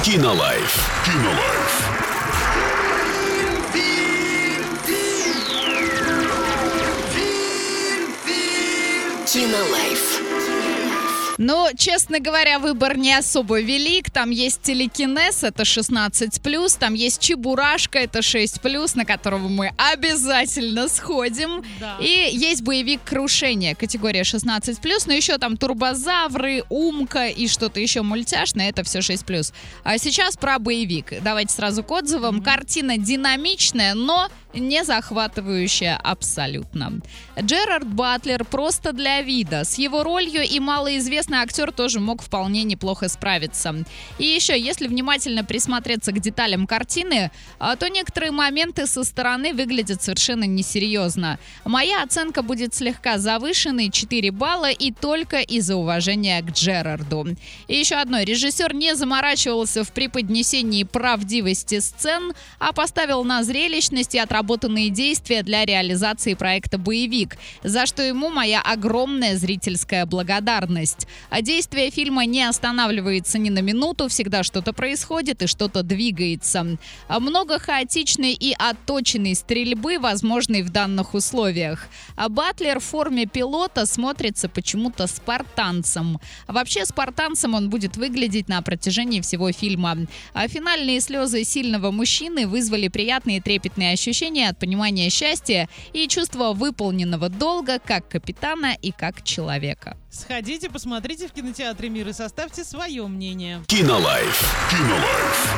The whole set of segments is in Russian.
Кинолайф. Кинолайф. Кинолайф. Но, честно говоря, выбор не особо велик. Там есть телекинез, это 16+, там есть Чебурашка, это 6+, на которого мы обязательно сходим. Да. И есть боевик «Крушение», категория 16+, но еще там турбозавры, Умка и что-то еще мультяшное, это все 6+. А сейчас про боевик. Давайте сразу к отзывам. Картина динамичная, но не захватывающая абсолютно. Джерард Батлер просто для вида. С его ролью и малоизвестный актер тоже мог вполне неплохо справиться. И еще, если внимательно присмотреться к деталям картины, то некоторые моменты со стороны выглядят совершенно несерьезно. Моя оценка будет слегка завышенной, 4 балла, и только из-за уважения к Джерарду. И еще одно. Режиссер не заморачивался в преподнесении правдивости сцен, а поставил на зрелищность и отработанные действия для реализации проекта «Боевик», за что ему моя огромная зрительская благодарность. А действие фильма не останавливается ни на минуту, всегда что-то происходит и что-то двигается. Много хаотичной и отточенной стрельбы, возможной в данных условиях. А Батлер в форме пилота смотрится почему-то спартанцем. Вообще спартанцем он будет выглядеть на протяжении всего фильма. А финальные слезы сильного мужчины вызвали приятные трепетные ощущения от понимания счастья и чувства выполненного долга как капитана и как человека. Сходите, посмотрите в кинотеатре «Мир» и составьте свое мнение. Кинолайф. Кинолайф.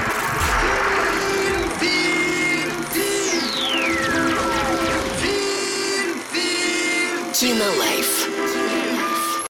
Кинолайф.